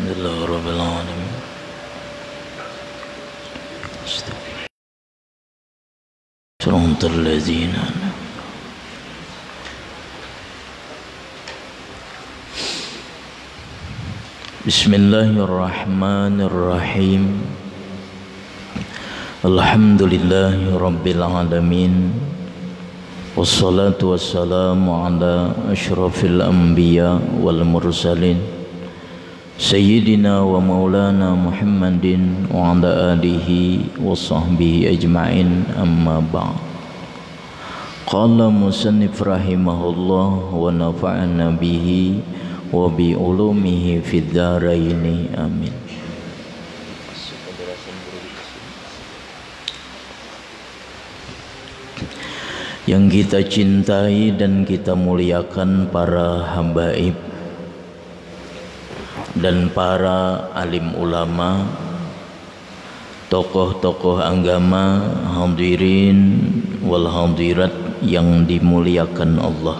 Alhamdulillah Rabbil Alamin. Shiratal ladzina Bismillahirrahmanirrahim. Alhamdulillahi Rabbil Alamin. Wassalatu wassalamu ala ashrafil anbiya wal mursalin Sayyidina wa maulana Muhammadin wa ala alihi wa sahbihi ajma'in, amma ba'd. Qala musannif rahimahullah wa nafa'ana bihi wa bi ulumihi fid dharaini, amin. Yang kita cintai dan kita muliakan para habaib dan para alim ulama, tokoh-tokoh agama, hadirin wal hadirat yang dimuliakan Allah.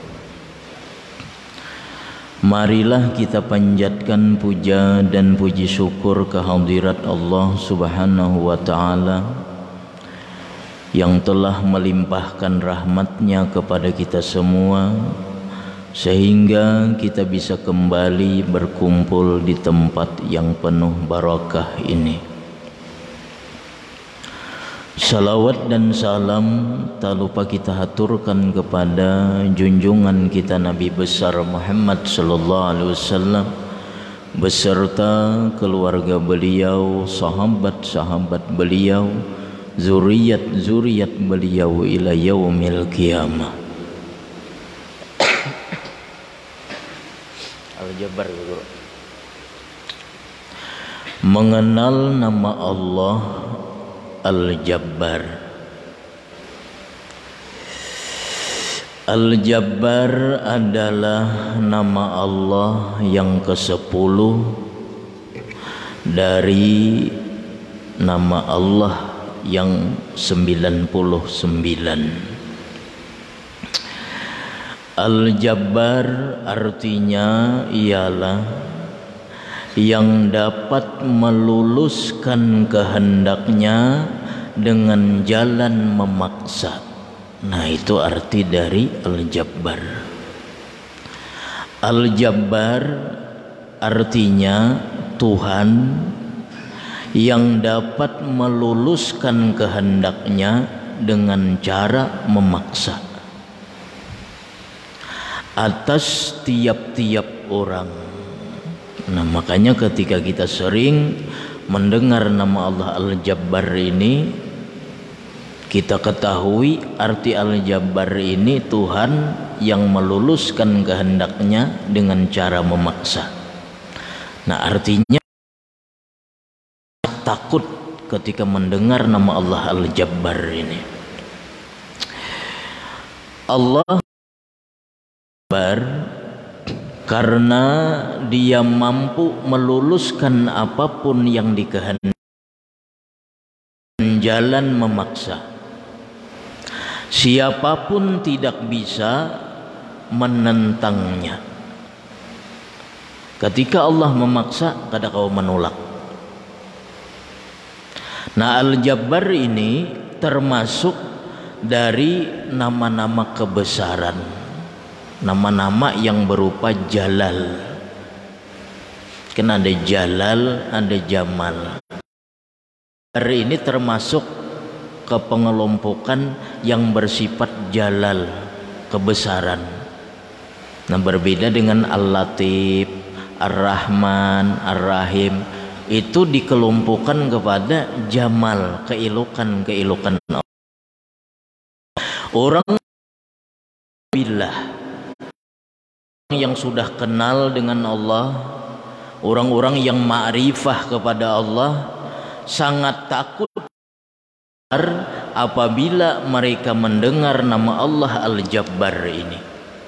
Marilah kita panjatkan puja dan puji syukur kehadirat Allah Subhanahu wa ta'ala yang telah melimpahkan rahmatnya kepada kita semua, sehingga kita bisa kembali berkumpul di tempat yang penuh barakah ini. Salawat dan salam tak lupa kita haturkan kepada junjungan kita Nabi besar Muhammad sallallahu alaihi wasallam beserta keluarga beliau, sahabat-sahabat beliau, zuriat-zuriat beliau ila yaumil qiyamah. Al-Jabbar dulu. Mengenal nama Allah Al-Jabbar. Al-Jabbar adalah nama Allah yang ke-10 dari nama Allah yang 99. Al-Jabbar artinya ialah yang dapat meluluskan kehendaknya dengan jalan memaksa. Nah, itu arti dari Al-Jabbar. Al-Jabbar artinya Tuhan yang dapat meluluskan kehendaknya dengan cara memaksa atas tiap-tiap orang. Nah, makanya ketika kita sering mendengar nama Allah Al-Jabbar ini, kita ketahui arti Al-Jabbar ini Tuhan yang meluluskan kehendaknya dengan cara memaksa. Nah, artinya takut ketika mendengar nama Allah Al-Jabbar ini. Allah Jabbar karena dia mampu meluluskan apapun yang dikehendaki, jalan memaksa. Siapapun tidak bisa menentangnya. Ketika Allah memaksa, kada kau menolak. Nah, Al-Jabbar ini termasuk dari nama-nama kebesaran, nama-nama yang berupa Jalal. Kan ada Jalal, ada Jamal. Hari ini termasuk kepengelompokan yang bersifat Jalal, kebesaran. Nah, berbeda dengan Al-Latif, Ar-Rahman, Ar-Rahim, itu dikelompokkan kepada Jamal, keelokan-keelokan Allah. Orang billah yang sudah kenal dengan Allah, orang-orang yang ma'rifah kepada Allah, sangat takut apabila mereka mendengar nama Allah Al-Jabbar ini.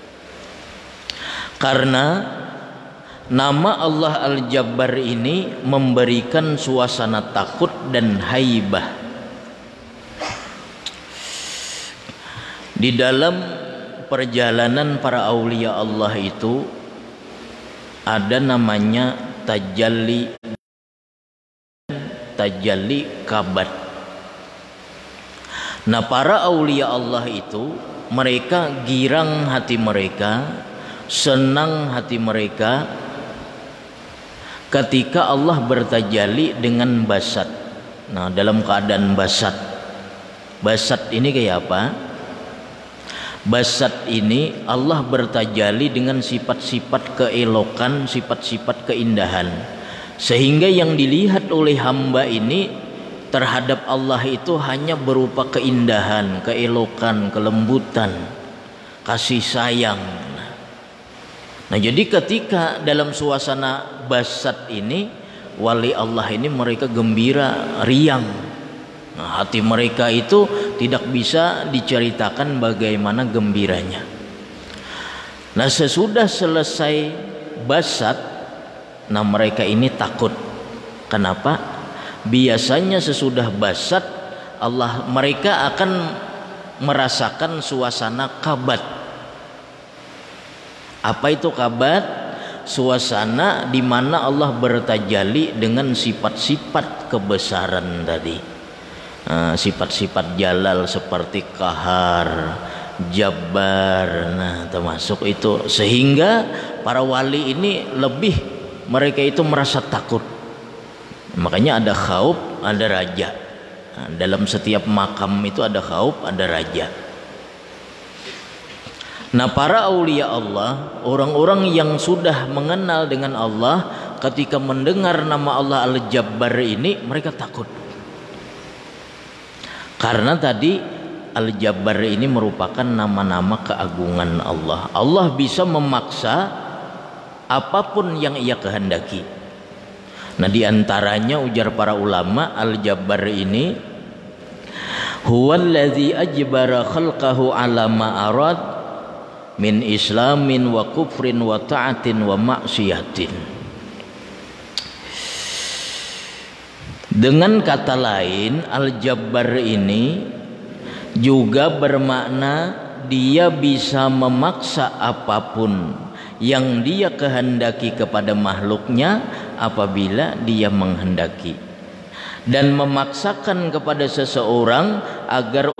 Karena nama Allah Al-Jabbar ini memberikan suasana takut dan haibah. Di dalam perjalanan para aulia Allah itu ada namanya tajalli kabad. Nah, para aulia Allah itu mereka girang hati mereka, senang hati mereka ketika Allah bertajalli dengan basat. Nah, dalam keadaan basat. Basat ini kayak apa? Basat ini Allah bertajalli dengan sifat-sifat keelokan, sifat-sifat keindahan. Sehingga yang dilihat oleh hamba ini terhadap Allah itu hanya berupa keindahan, keelokan, kelembutan, kasih sayang. Nah, jadi ketika dalam suasana basat ini, wali Allah ini mereka gembira, riang. Nah, hati mereka itu tidak bisa diceritakan bagaimana gembiranya. Nah, sesudah selesai basat, nah mereka ini takut. Kenapa? Biasanya sesudah basat mereka akan merasakan suasana kabat. Apa itu kabat? Suasana di mana Allah bertajalli dengan sifat-sifat kebesaran tadi. Sifat-sifat jalal seperti kahar, jabbar, nah termasuk itu. Sehingga para wali ini mereka itu merasa takut. Makanya ada khauf, ada raja. Nah, dalam setiap makam itu ada khauf, ada raja. Nah, para aulia Allah, orang-orang yang sudah mengenal dengan Allah, ketika mendengar nama Allah Al-Jabbar ini, mereka takut. Karena tadi Al-Jabbar ini merupakan nama-nama keagungan Allah. Allah bisa memaksa apapun yang Ia kehendaki. Nah, diantaranya ujar para ulama, Al-Jabbar ini huwallazi ajbara khalqahu ala ma arad min islamin wa kufrin wa ta'atin wa maksiatin. Dengan kata lain, Al-Jabbar ini juga bermakna dia bisa memaksa apapun yang dia kehendaki kepada makhluknya apabila dia menghendaki, dan memaksakan kepada seseorang agar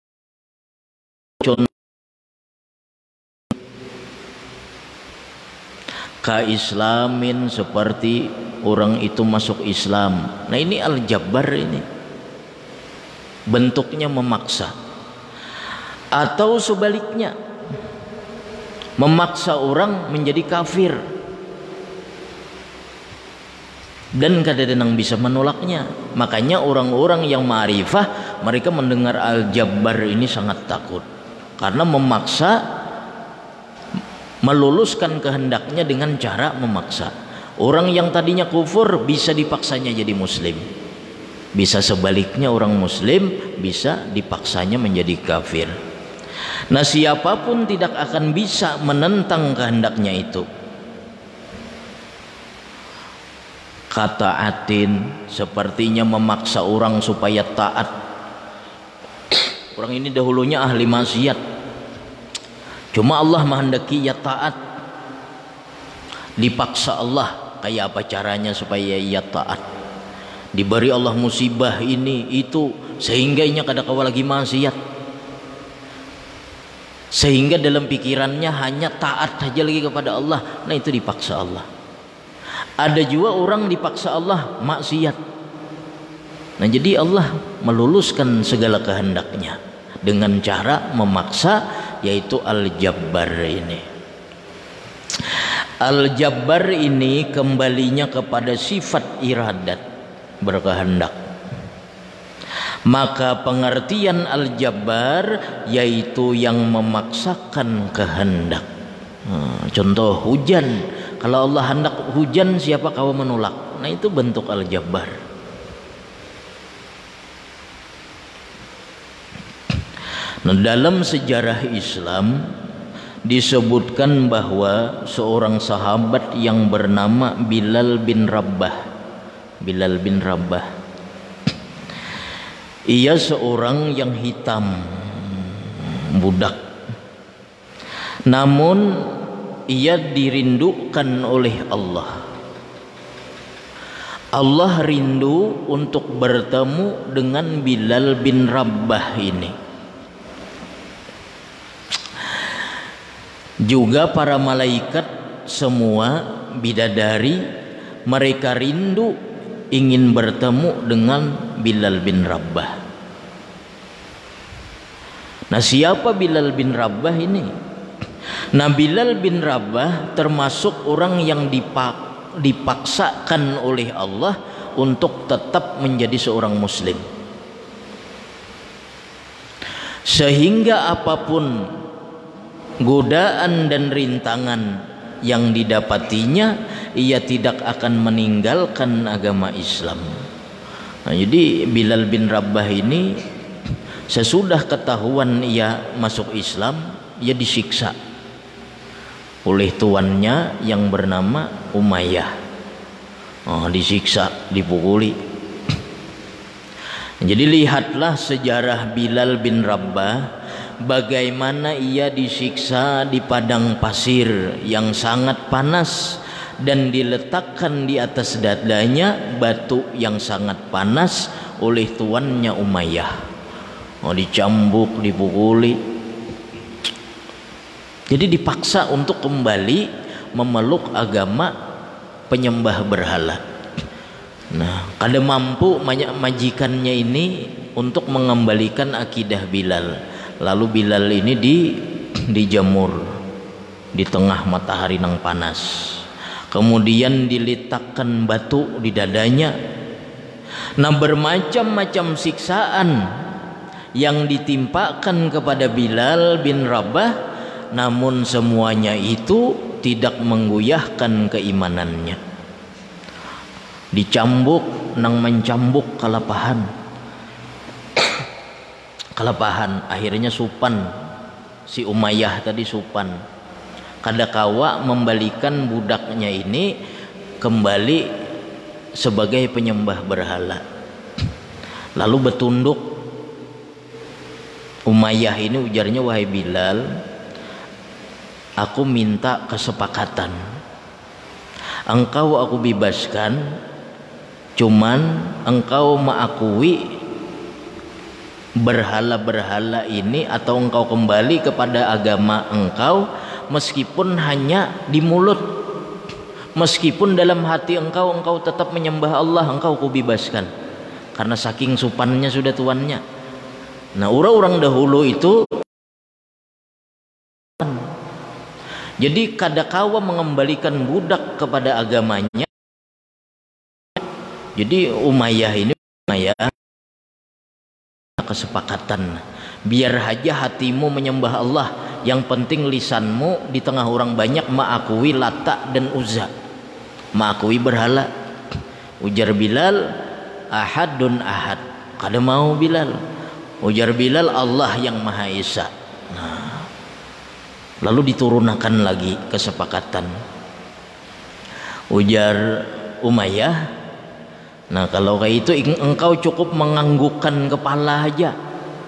keislamin, seperti orang itu masuk Islam. Nah, ini Al-Jabbar ini bentuknya memaksa. Atau sebaliknya, memaksa orang menjadi kafir dan kadang-kadang bisa menolaknya. Makanya orang-orang yang ma'rifah, mereka mendengar Al-Jabbar ini sangat takut, karena memaksa, meluluskan kehendaknya dengan cara memaksa. Orang yang tadinya kufur bisa dipaksanya jadi muslim. Bisa sebaliknya, orang muslim bisa dipaksanya menjadi kafir. Nah, siapapun tidak akan bisa menentang kehendaknya itu. Kata atin, sepertinya memaksa orang supaya taat. Orang ini dahulunya ahli maksiat, cuma Allah menghendaki ia taat, dipaksa Allah. Kayak apa caranya supaya ia taat? Diberi Allah musibah ini itu, sehingga ia kadang-kadang lagi maksiat, sehingga dalam pikirannya hanya taat saja lagi kepada Allah. Nah, itu dipaksa Allah. Ada juga orang dipaksa Allah maksiat. Nah, jadi Allah meluluskan segala kehendaknya dengan cara memaksa, yaitu Al-Jabbar ini. Al-Jabbar ini kembalinya kepada sifat iradat, berkehendak. Maka pengertian Al-Jabbar yaitu yang memaksakan kehendak. Contoh hujan, kalau Allah hendak hujan, siapa kau menolak? Nah, itu bentuk Al-Jabbar. Nah, dalam sejarah Islam disebutkan bahwa seorang sahabat yang bernama Bilal bin Rabah. Ia seorang yang hitam, budak. Namun ia dirindukan oleh Allah. Allah rindu untuk bertemu dengan Bilal bin Rabah ini. Juga para malaikat semua, bidadari, mereka rindu ingin bertemu dengan Bilal bin Rabah. Nah, siapa Bilal bin Rabah ini? Nah, Bilal bin Rabah termasuk orang yang dipaksakan oleh Allah untuk tetap menjadi seorang muslim, sehingga apapun godaan dan rintangan yang didapatinya, ia tidak akan meninggalkan agama Islam. Nah, jadi Bilal bin Rabah ini sesudah ketahuan ia masuk Islam, ia disiksa oleh tuannya yang bernama Umayyah. Disiksa, dipukuli. Jadi lihatlah sejarah Bilal bin Rabah, bagaimana ia disiksa di padang pasir yang sangat panas, dan diletakkan di atas dadanya batu yang sangat panas oleh tuannya Umayyah. Dicambuk, dipukuli. Jadi dipaksa untuk kembali memeluk agama penyembah berhala. Nah, kada mampu majikannya ini untuk mengembalikan akidah Bilal. Lalu Bilal ini dijemur di tengah matahari yang panas. Kemudian diletakkan batu di dadanya. Nah, bermacam-macam siksaan yang ditimpakan kepada Bilal bin Rabah, namun semuanya itu tidak menggoyahkan keimanannya. Dicambuk nang mencambuk kalapahan. Akhirnya supan, si Umayyah tadi supan. Kadakawa membalikan budaknya ini kembali sebagai penyembah berhala. Lalu bertunduk. Umayyah ini ujarnya, wahai Bilal, aku minta kesepakatan. Engkau aku bebaskan, cuman engkau mengakui berhala-berhala ini, atau engkau kembali kepada agama engkau, meskipun hanya di mulut, meskipun dalam hati engkau tetap menyembah Allah, engkau aku bebaskan. Karena saking supannya sudah tuannya. Nah, orang-orang dahulu itu jadi kadakawa mengembalikan budak kepada agamanya. Jadi Umayyah kesepakatan, biar aja hatimu menyembah Allah, yang penting lisanmu di tengah orang banyak mengakui Lata dan Uzza, mengakui berhala. Ujar Bilal, ahadun ahad. Kada mau Bilal. Ujar Bilal, Allah yang Maha Esa. Nah, lalu diturunkan lagi kesepakatan. Ujar Umayyah, nah kalau kayak itu engkau cukup menganggukkan kepala aja.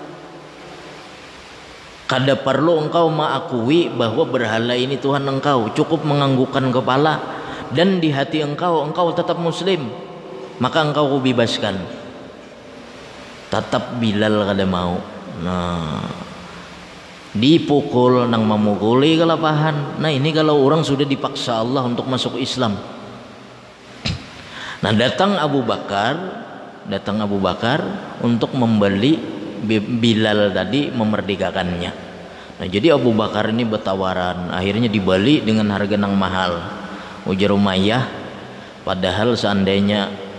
Kada perlu engkau mengakui bahwa berhala ini Tuhan engkau, cukup menganggukkan kepala, dan di hati engkau tetap muslim, maka engkau kubebaskan. Tetap Bilal kada mau. Nah, dipukul nang memukuli kelapahan. Nah, ini kalau orang sudah dipaksa Allah untuk masuk Islam. Nah, datang Abu Bakar untuk membeli Bilal tadi, memerdekakannya. Nah, jadi Abu Bakar ini bertawaran, akhirnya dibeli dengan harga nang mahal. Ujar Umayyah, padahal seandainya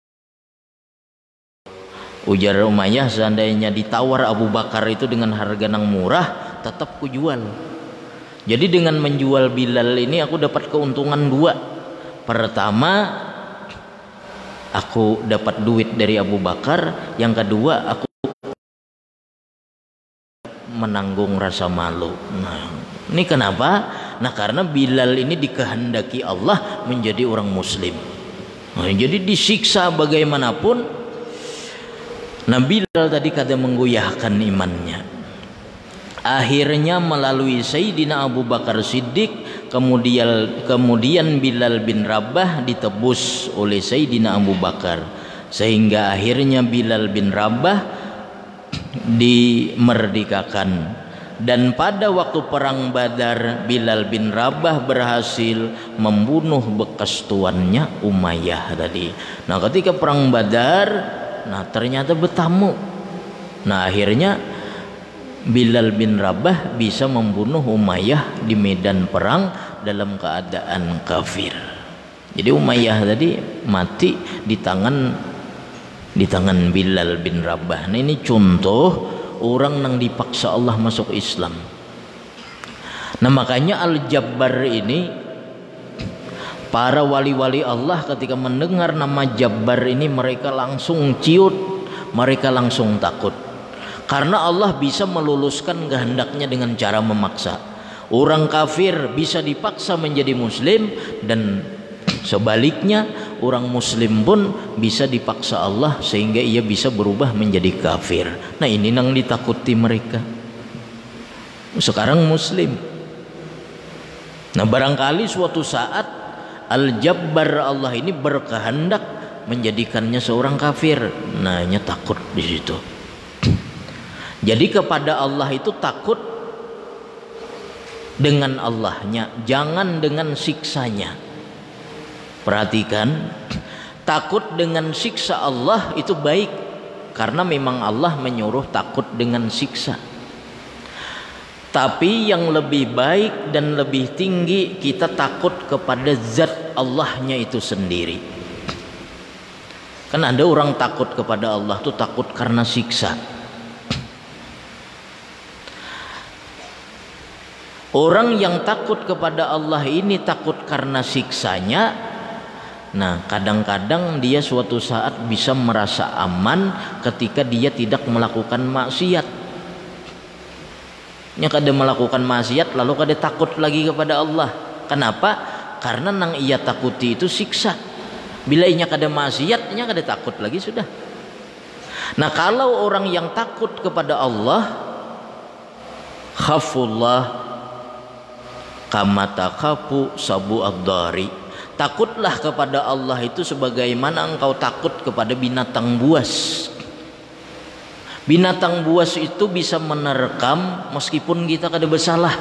ditawar Abu Bakar itu dengan harga nang murah, tetap ku jual. Jadi dengan menjual Bilal ini aku dapat keuntungan dua. Pertama, aku dapat duit dari Abu Bakar. Yang kedua, aku menanggung rasa malu. Nah, ini kenapa? Nah, karena Bilal ini dikehendaki Allah menjadi orang muslim. Nah, jadi disiksa bagaimanapun. Nah, Bilal tadi kada menggoyahkan imannya. Akhirnya melalui Sayyidina Abu Bakar Siddiq Kemudian Bilal bin Rabah ditebus oleh Sayyidina Abu Bakar, sehingga akhirnya Bilal bin Rabah dimerdekakan. Dan pada waktu perang Badar, Bilal bin Rabah berhasil membunuh bekas tuannya Umayyah tadi. Nah, ketika perang Badar, nah ternyata bertamu. Nah, akhirnya Bilal bin Rabah bisa membunuh Umayyah di medan perang dalam keadaan kafir. Jadi Umayyah tadi mati di tangan Bilal bin Rabah. Nah, ini contoh orang yang dipaksa Allah masuk Islam. Nah, makanya Al-Jabbar ini, para wali-wali Allah ketika mendengar nama Jabbar ini, mereka langsung ciut, mereka langsung takut. Karena Allah bisa meluluskan kehendaknya dengan cara memaksa. Orang kafir bisa dipaksa menjadi muslim, dan sebaliknya orang muslim pun bisa dipaksa Allah sehingga ia bisa berubah menjadi kafir. Nah, ini yang ditakuti mereka sekarang muslim. Nah, barangkali suatu saat Al-Jabbar Allah ini berkehendak menjadikannya seorang kafir. Nah, ini takut di situ. Jadi kepada Allah itu takut dengan Allahnya, jangan dengan siksanya. Perhatikan, takut dengan siksa Allah itu baik, karena memang Allah menyuruh takut dengan siksa. Tapi yang lebih baik dan lebih tinggi, kita takut kepada zat Allahnya itu sendiri. Kan ada orang takut kepada Allah itu takut karena siksa. Orang yang takut kepada Allah ini takut karena siksanya. Nah, kadang-kadang dia suatu saat bisa merasa aman ketika dia tidak melakukan maksiat. Nya kada melakukan maksiat lalu kada takut lagi kepada Allah. Kenapa? Karena nang ia takuti itu siksa. Bila inya kada maksiat, inya kada takut lagi sudah. Nah, kalau orang yang takut kepada Allah, khafullah kama takhafu sabu ad-dari. Takutlah kepada Allah itu sebagaimana engkau takut kepada binatang buas. Binatang buas itu bisa menerkam meskipun kita kada bersalah.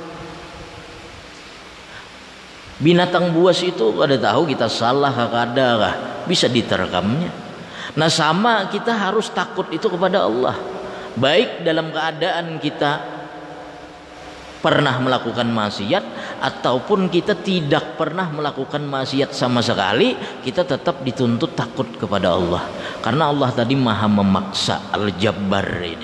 Binatang buas itu kada tahu kita salah kada kah, bisa diterkamnya. Nah, sama kita harus takut itu kepada Allah. Baik dalam keadaan kita pernah melakukan maksiat ataupun kita tidak pernah melakukan maksiat sama sekali, kita tetap dituntut takut kepada Allah. Karena Allah tadi maha memaksa. Al-Jabbar ini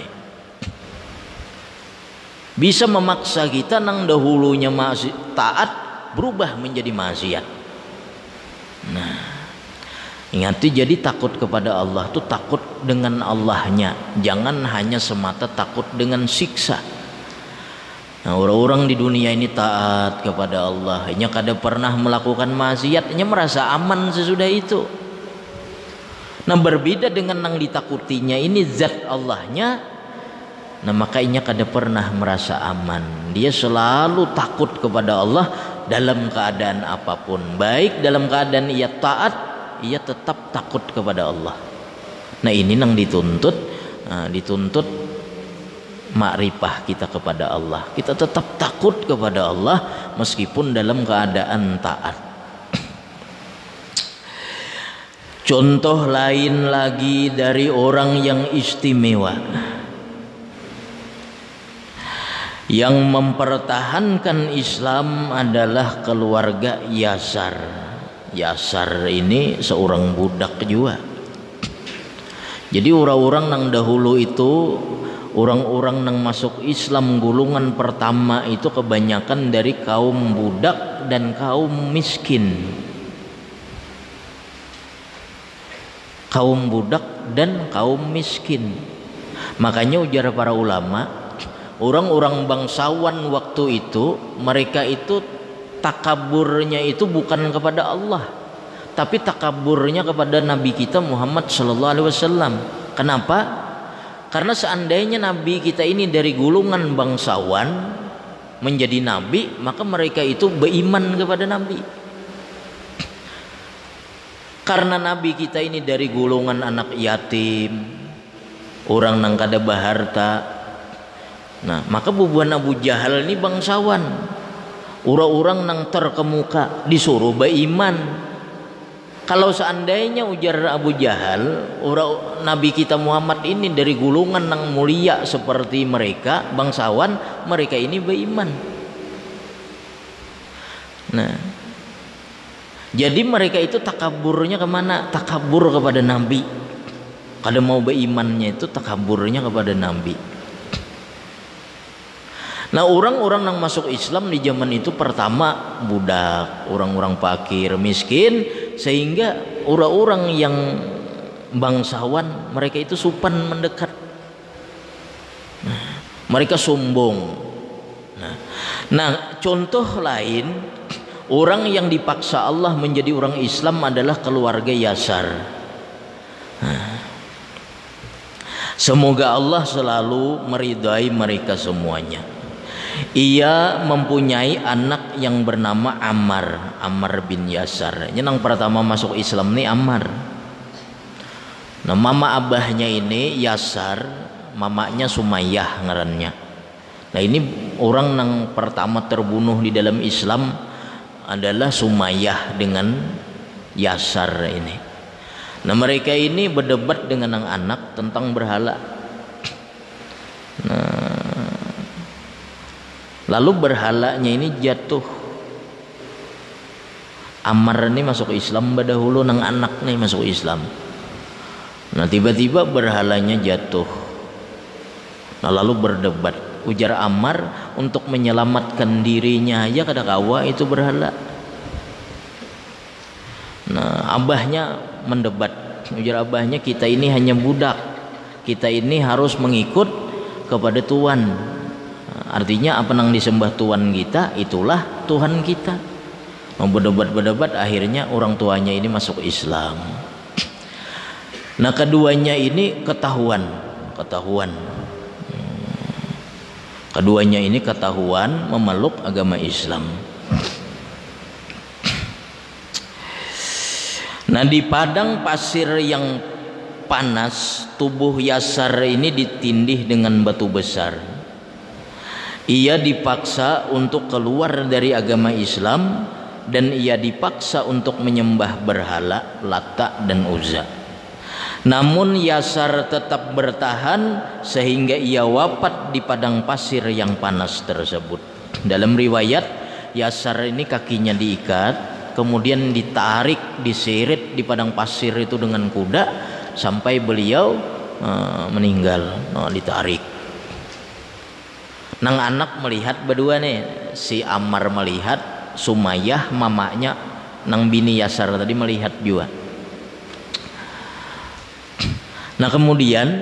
bisa memaksa kita nang dahulunya taat berubah menjadi maksiat. Nah, ingati, jadi takut kepada Allah itu takut dengan Allahnya, jangan hanya semata takut dengan siksa. Nah, orang-orang di dunia ini taat kepada Allah, nya kada pernah melakukan maksiat, nya merasa aman sesudah itu. Nah, berbeda dengan yang ditakutinya ini zat Allahnya. Nah, makanya kada pernah merasa aman. Dia selalu takut kepada Allah dalam keadaan apapun. Baik dalam keadaan ia taat, ia tetap takut kepada Allah. Nah, ini yang dituntut, dituntut makrifah kita kepada Allah. Kita tetap takut kepada Allah meskipun dalam keadaan taat. Contoh lain lagi dari orang yang istimewa, yang mempertahankan Islam adalah keluarga Yasar. Yasar ini seorang budak juga. Jadi orang-orang yang dahulu itu, orang-orang yang masuk Islam golongan pertama itu kebanyakan dari kaum budak dan kaum miskin. Kaum budak dan kaum miskin. Makanya ujar para ulama, orang-orang bangsawan waktu itu, mereka itu takaburnya itu bukan kepada Allah, tapi takaburnya kepada Nabi kita Muhammad sallallahu alaihi wasallam. Kenapa? Karena seandainya Nabi kita ini dari golongan bangsawan, menjadi nabi, maka mereka itu beriman kepada nabi. Karena nabi kita ini dari golongan anak yatim, orang nang kada baharta. Nah, maka bubuan Abu Jahal ini bangsawan, orang-orang nang terkemuka disuruh beriman. Kalau seandainya ujar Abu Jahal, orang Nabi kita Muhammad ini dari golongan nang mulia seperti mereka, bangsawan, mereka ini beriman. Nah, jadi mereka itu takaburnya kemana? Takabur kepada Nabi. Kada mau berimannya itu takaburnya kepada Nabi. Nah, orang-orang yang masuk Islam di zaman itu pertama budak, orang-orang fakir, miskin, sehingga orang-orang yang bangsawan mereka itu sopan mendekat. Nah, mereka sombong. Nah, contoh lain orang yang dipaksa Allah menjadi orang Islam adalah keluarga Yasar. Nah, semoga Allah selalu meridai mereka semuanya. Ia mempunyai anak yang bernama Ammar bin Yasar. Yang pertama masuk Islam ini Ammar. Nah, mama abahnya ini Yasar, mamanya Sumayyah ngarannya. Nah, ini orang yang pertama terbunuh di dalam Islam adalah Sumayyah dengan Yasar ini. Nah, mereka ini berdebat dengan anak tentang berhala. Nah, lalu berhalanya ini jatuh. Ammar ini masuk Islam dahulu, nang anak nih masuk Islam. Nah, tiba-tiba berhalanya jatuh. Nah, lalu berdebat. Ujar Ammar, untuk menyelamatkan dirinya aja kada kawa itu berhala. Nah, abahnya mendebat. Ujar abahnya, kita ini hanya budak. Kita ini harus mengikut kepada Tuhan. Artinya apa yang disembah Tuhan kita, itulah Tuhan kita. Berdebat-berdebat, akhirnya orang tuanya ini masuk Islam. Nah, keduanya ini ketahuan. Keduanya ini ketahuan memeluk agama Islam. Nah, di padang pasir yang panas, tubuh Yasar ini ditindih dengan batu besar. Ia dipaksa untuk keluar dari agama Islam dan ia dipaksa untuk menyembah berhala Lata dan Uzza. Namun Yasar tetap bertahan sehingga ia wafat di padang pasir yang panas tersebut. Dalam riwayat, Yasar ini kakinya diikat, kemudian ditarik, diseret di padang pasir itu dengan kuda sampai beliau meninggal. Ditarik. Nang anak melihat berdua nih, si Ammar melihat, Sumayyah mamanya nang bini Yasar tadi melihat juga. Nah, kemudian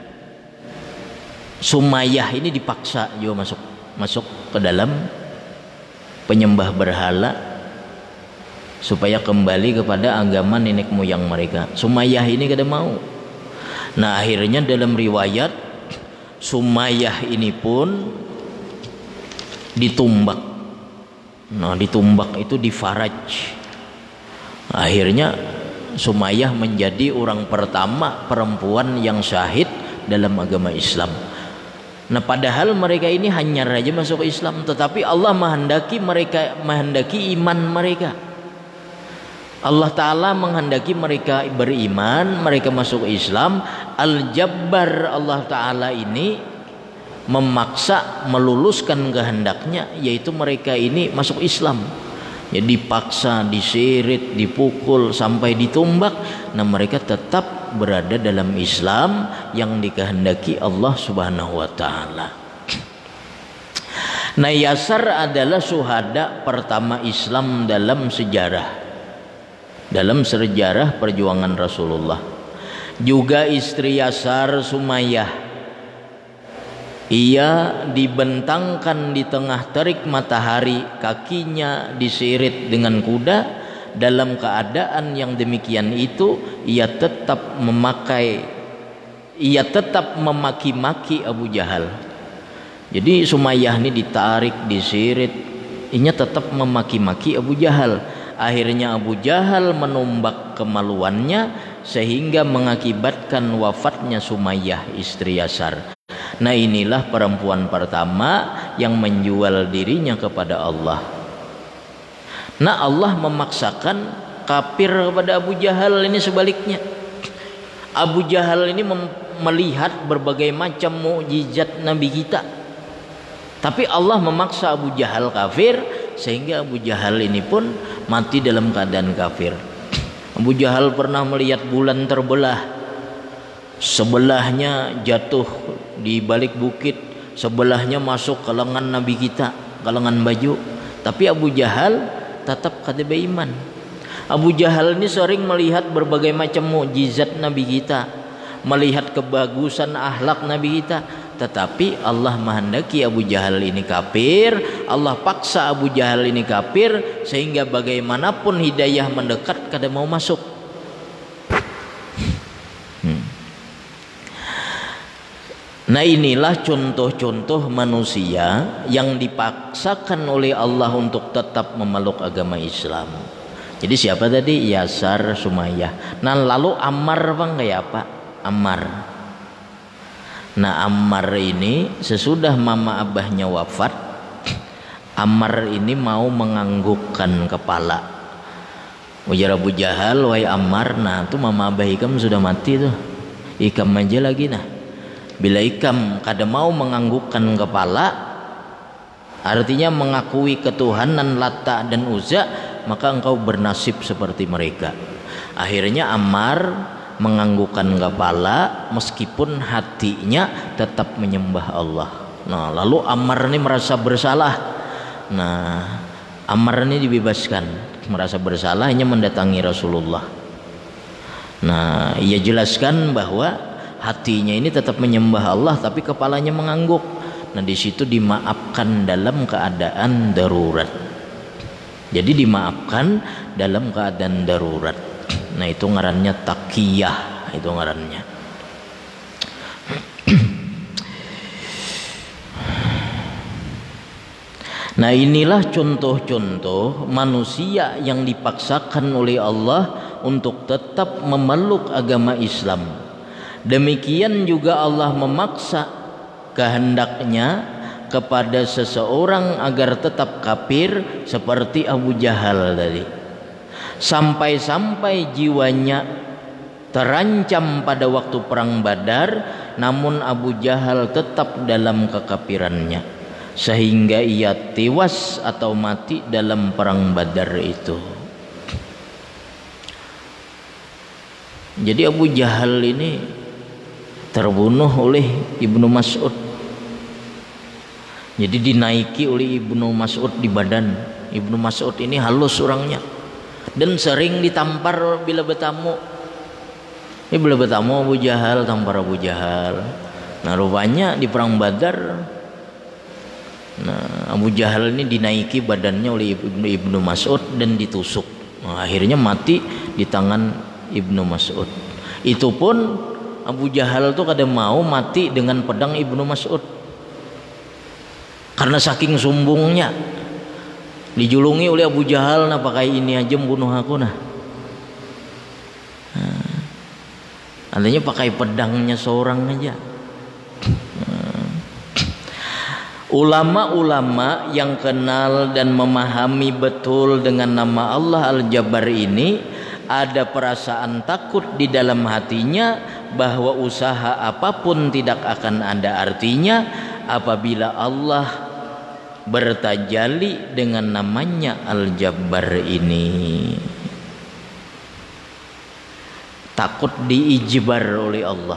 Sumayyah ini dipaksa juga masuk ke dalam penyembah berhala supaya kembali kepada agama nenek moyang mereka. Sumayyah ini kada mau. Nah, akhirnya dalam riwayat Sumayyah ini pun ditumbak. Nah, ditumbak itu difaraj. Akhirnya Sumayyah menjadi orang pertama perempuan yang syahid dalam agama Islam. Nah, padahal mereka ini hanya saja masuk Islam, tetapi Allah menghendaki iman mereka. Allah Ta'ala menghendaki mereka beriman, mereka masuk Islam. Al-Jabbar Allah Ta'ala ini memaksa, meluluskan kehendaknya, yaitu mereka ini masuk Islam. Ya, dipaksa, diseret, dipukul sampai ditumbak. Nah, mereka tetap berada dalam Islam yang dikehendaki Allah Subhanahu wa Ta'ala. Nah, Yasar adalah syuhada pertama Islam dalam sejarah perjuangan Rasulullah. Juga istri Yasar, Sumayyah, ia dibentangkan di tengah terik matahari, kakinya diseret dengan kuda. Dalam keadaan yang demikian itu, ia tetap memaki-maki Abu Jahal. Jadi Sumayyah ini ditarik, disirit, inya tetap memaki-maki Abu Jahal. Akhirnya Abu Jahal menumbak kemaluannya sehingga mengakibatkan wafatnya Sumayyah istri Yasar. Nah, inilah perempuan pertama yang menjual dirinya kepada Allah. Nah, Allah memaksakan kafir kepada Abu Jahal ini sebaliknya. Abu Jahal ini melihat berbagai macam mukjizat Nabi kita, tapi Allah memaksa Abu Jahal kafir sehingga Abu Jahal ini pun mati dalam keadaan kafir. Abu Jahal pernah melihat bulan terbelah, sebelahnya jatuh di balik bukit, sebelahnya masuk ke lengan Nabi kita, ke lengan baju. Tapi Abu Jahal tetap kada beriman. Abu Jahal ini sering melihat berbagai macam mukjizat Nabi kita, melihat kebagusan akhlak Nabi kita, tetapi Allah menghendaki Abu Jahal ini kafir. Allah paksa Abu Jahal ini kafir sehingga bagaimanapun hidayah mendekat kada mau masuk. Nah, inilah contoh-contoh manusia yang dipaksakan oleh Allah untuk tetap memeluk agama Islam. Jadi siapa tadi? Yasar, Sumayyah. Nah, lalu Ammar bang kayak apa? Ammar. Nah, Ammar ini sesudah mama abahnya wafat, Ammar ini mau menganggukkan kepala. Ujar Abu Jahal, wahai Ammar, nah tuh mama abah ikam sudah mati tuh, ikam aja lagi. Nah, bila ikam kada mau menganggukkan kepala, artinya mengakui ketuhanan Lata dan Uzza, maka engkau bernasib seperti mereka. Akhirnya Ammar menganggukkan kepala meskipun hatinya tetap menyembah Allah. Nah, lalu Ammar ini merasa bersalah. Nah, Ammar ini dibebaskan, merasa bersalah, hanya mendatangi Rasulullah. Nah, ia jelaskan bahwa hatinya ini tetap menyembah Allah tapi kepalanya mengangguk. Nah, di situ dimaafkan dalam keadaan darurat. Jadi dimaafkan dalam keadaan darurat. Nah, itu ngarannya taqiyah, itu ngarannya. Nah, inilah contoh-contoh manusia yang dipaksakan oleh Allah untuk tetap memeluk agama Islam. Demikian juga Allah memaksa kehendaknya kepada seseorang agar tetap kafir seperti Abu Jahal tadi. Sampai-sampai jiwanya terancam pada waktu perang Badar, namun Abu Jahal tetap dalam kekafirannya sehingga ia tewas atau mati dalam perang Badar itu. Jadi Abu Jahal ini terbunuh oleh Ibnu Mas'ud. Jadi dinaiki oleh Ibnu Mas'ud di badan. Ibnu Mas'ud ini halus orangnya dan sering ditampar bila bertamu. Ini bila bertamu Abu Jahal, tampar Abu Jahal. Nah, rupanya di perang Badar, nah, Abu Jahal ini dinaiki badannya oleh Ibnu Mas'ud dan ditusuk. Nah, akhirnya mati di tangan Ibnu Mas'ud. Itu pun Abu Jahal tuh kada mau mati dengan pedang Ibnu Mas'ud karena saking sombongnya. Dijulungi oleh Abu Jahal, nah pakai ini aja membunuh aku nah. Artinya pakai pedangnya seorang aja. Ulama-ulama yang kenal dan memahami betul dengan nama Allah Al-Jabbar ini ada perasaan takut di dalam hatinya bahwa usaha apapun tidak akan ada artinya apabila Allah bertajalli dengan namanya Al-Jabbar ini. Takut diijbar oleh Allah.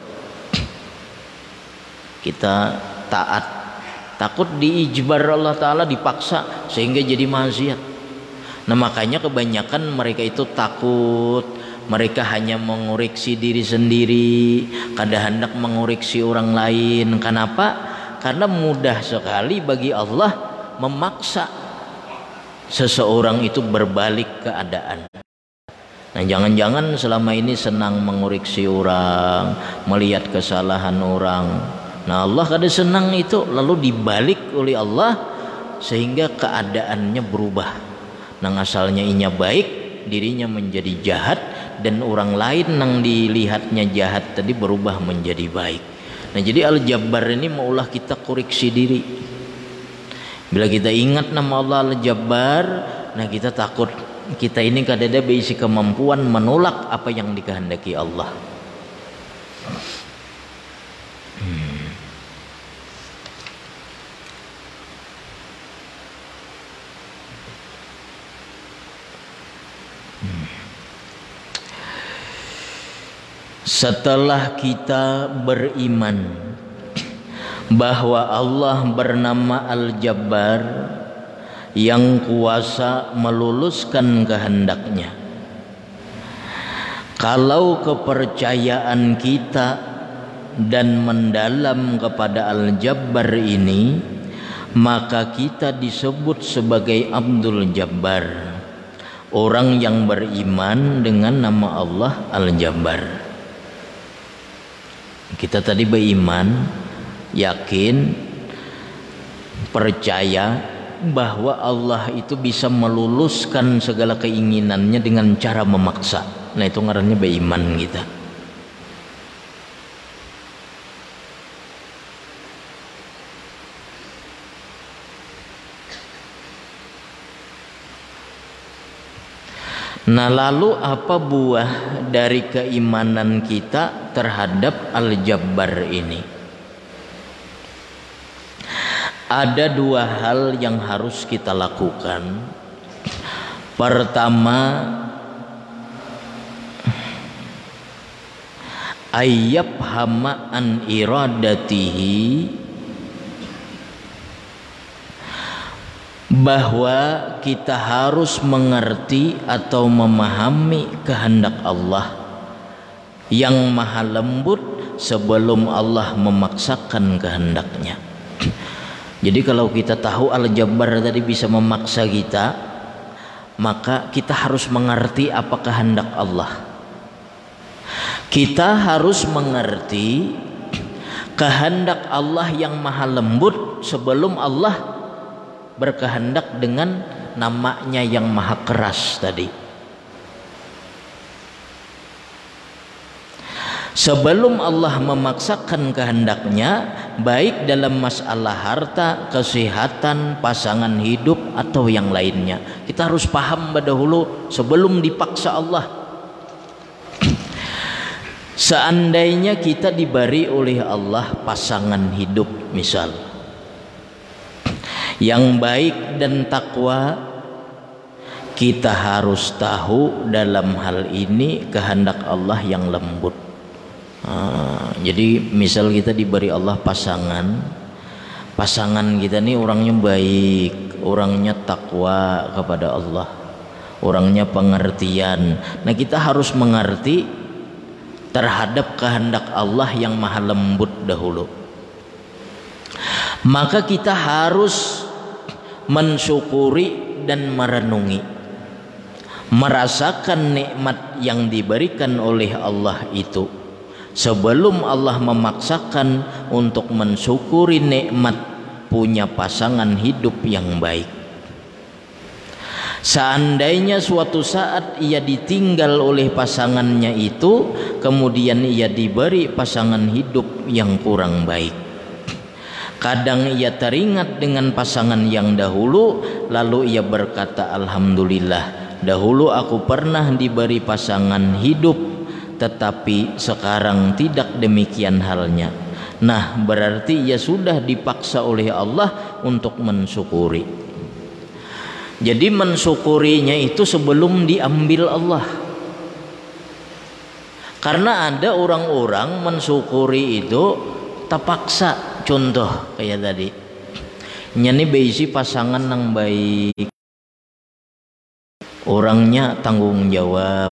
Kita taat, takut diijbar Allah Ta'ala, dipaksa sehingga jadi maksiat. Nah, makanya kebanyakan mereka itu takut. Mereka hanya mengoreksi diri sendiri, kada hendak mengoreksi orang lain. Kenapa? Karena mudah sekali bagi Allah memaksa seseorang itu berbalik keadaan. Nah, jangan-jangan selama ini senang mengoreksi orang, melihat kesalahan orang, Nah Allah kada senang itu, lalu dibalik oleh Allah sehingga keadaannya berubah. Nang asalnya inya baik, dirinya menjadi jahat, dan orang lain nang dilihatnya jahat tadi berubah menjadi baik. Nah jadi Al-Jabbar ini maulah kita koreksi diri. Bila kita ingat nama Allah Al-Jabbar, nah kita takut kita ini kadada berisi kemampuan menolak apa yang dikehendaki Allah. Setelah kita beriman bahwa Allah bernama Al-Jabbar yang kuasa meluluskan kehendaknya, kalau kepercayaan kita dan mendalam kepada Al-Jabbar ini, maka kita disebut sebagai Abdul Jabbar, orang yang beriman dengan nama Allah Al-Jabbar. Kita tadi beriman, yakin, percaya bahwa Allah itu bisa meluluskan segala keinginannya dengan cara memaksa. Nah itu ngarannya beriman kita. Nah lalu apa buah dari keimanan kita terhadap Al-Jabbar ini? Ada dua hal yang harus kita lakukan. Pertama, ayyabhama an iradatihi, bahwa kita harus mengerti atau memahami kehendak Allah yang maha lembut sebelum Allah memaksakan kehendaknya. Jadi kalau kita tahu Al-Jabbar tadi bisa memaksa kita, maka kita harus mengerti apa kehendak Allah. Kita harus mengerti kehendak Allah yang maha lembut sebelum Allah berkehendak dengan namanya yang maha keras tadi. Sebelum Allah memaksakan kehendaknya, baik dalam masalah harta, kesehatan, pasangan hidup atau yang lainnya, kita harus paham dahulu sebelum dipaksa Allah. Seandainya kita diberi oleh Allah pasangan hidup misal yang baik dan takwa, kita harus tahu dalam hal ini kehendak Allah yang lembut. Jadi misal kita diberi Allah pasangan kita nih orangnya baik, orangnya takwa kepada Allah, orangnya pengertian. Nah kita harus mengerti terhadap kehendak Allah yang maha lembut dahulu. Maka kita harus mensyukuri dan merenungi, merasakan nikmat yang diberikan oleh Allah itu sebelum Allah memaksakan untuk mensyukuri nikmat punya pasangan hidup yang baik. Seandainya suatu saat ia ditinggal oleh pasangannya itu, kemudian ia diberi pasangan hidup yang kurang baik, kadang ia teringat dengan pasangan yang dahulu, lalu ia berkata, alhamdulillah, dahulu aku pernah diberi pasangan hidup, tetapi sekarang tidak demikian halnya. Nah berarti ia sudah dipaksa oleh Allah untuk mensyukuri. Jadi mensyukurinya itu sebelum diambil Allah. Karena ada orang-orang mensyukuri itu terpaksa. Contoh kayak tadi, nyani beisi pasangan yang baik, orangnya tanggung jawab,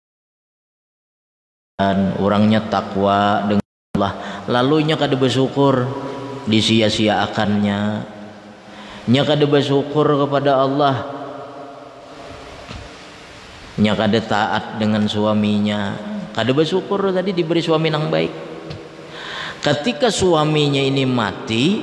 dan orangnya takwa dengan Allah, lalu nya kada bersyukur, disia-siakannya. Nya kada bersyukur kepada Allah, nya kada taat dengan suaminya, kada bersyukur tadi diberi suami yang baik. Ketika suaminya ini mati,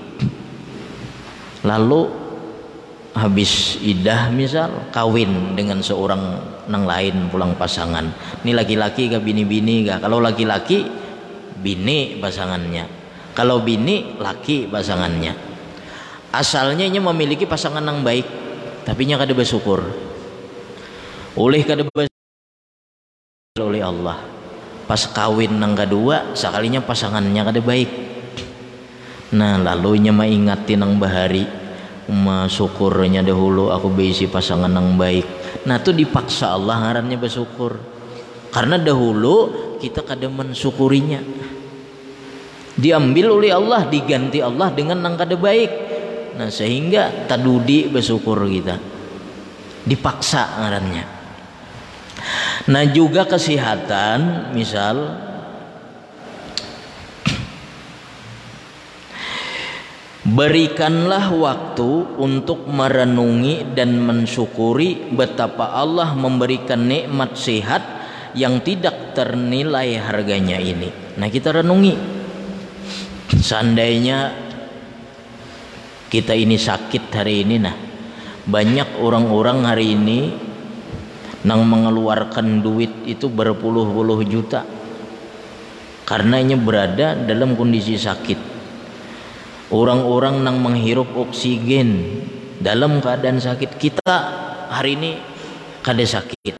lalu habis idah misal kawin dengan seorang nang lain pulang pasangan. Ini laki-laki ke bini-bini kah? Kalau laki-laki bini pasangannya, kalau bini laki pasangannya. Asalnya nya memiliki pasangan yang baik, tapi nya kada bersyukur. Oleh kada bersyukur oleh Allah. Pas kawin nang kedua, sekalinya pasangannya kada baik. Nah, lalu nya maingatin nang bahari, syukurnya dahulu aku beisi pasangan nang baik. Nah, itu dipaksa Allah ngarannya bersyukur. Karena dahulu kita kada mensyukurinya. Diambil oleh Allah, diganti Allah dengan nang kada baik. Nah, sehingga tadudi bersyukur kita. Dipaksa ngarannya. Nah, juga kesehatan, misal berikanlah waktu untuk merenungi dan mensyukuri betapa Allah memberikan nikmat sehat yang tidak ternilai harganya ini. Nah, kita renungi. Seandainya kita ini sakit hari ini, nah banyak orang-orang hari ini nang mengeluarkan duit itu berpuluh-puluh juta karenanya berada dalam kondisi sakit. Orang-orang nang menghirup oksigen dalam keadaan sakit. Kita hari ini kada sakit.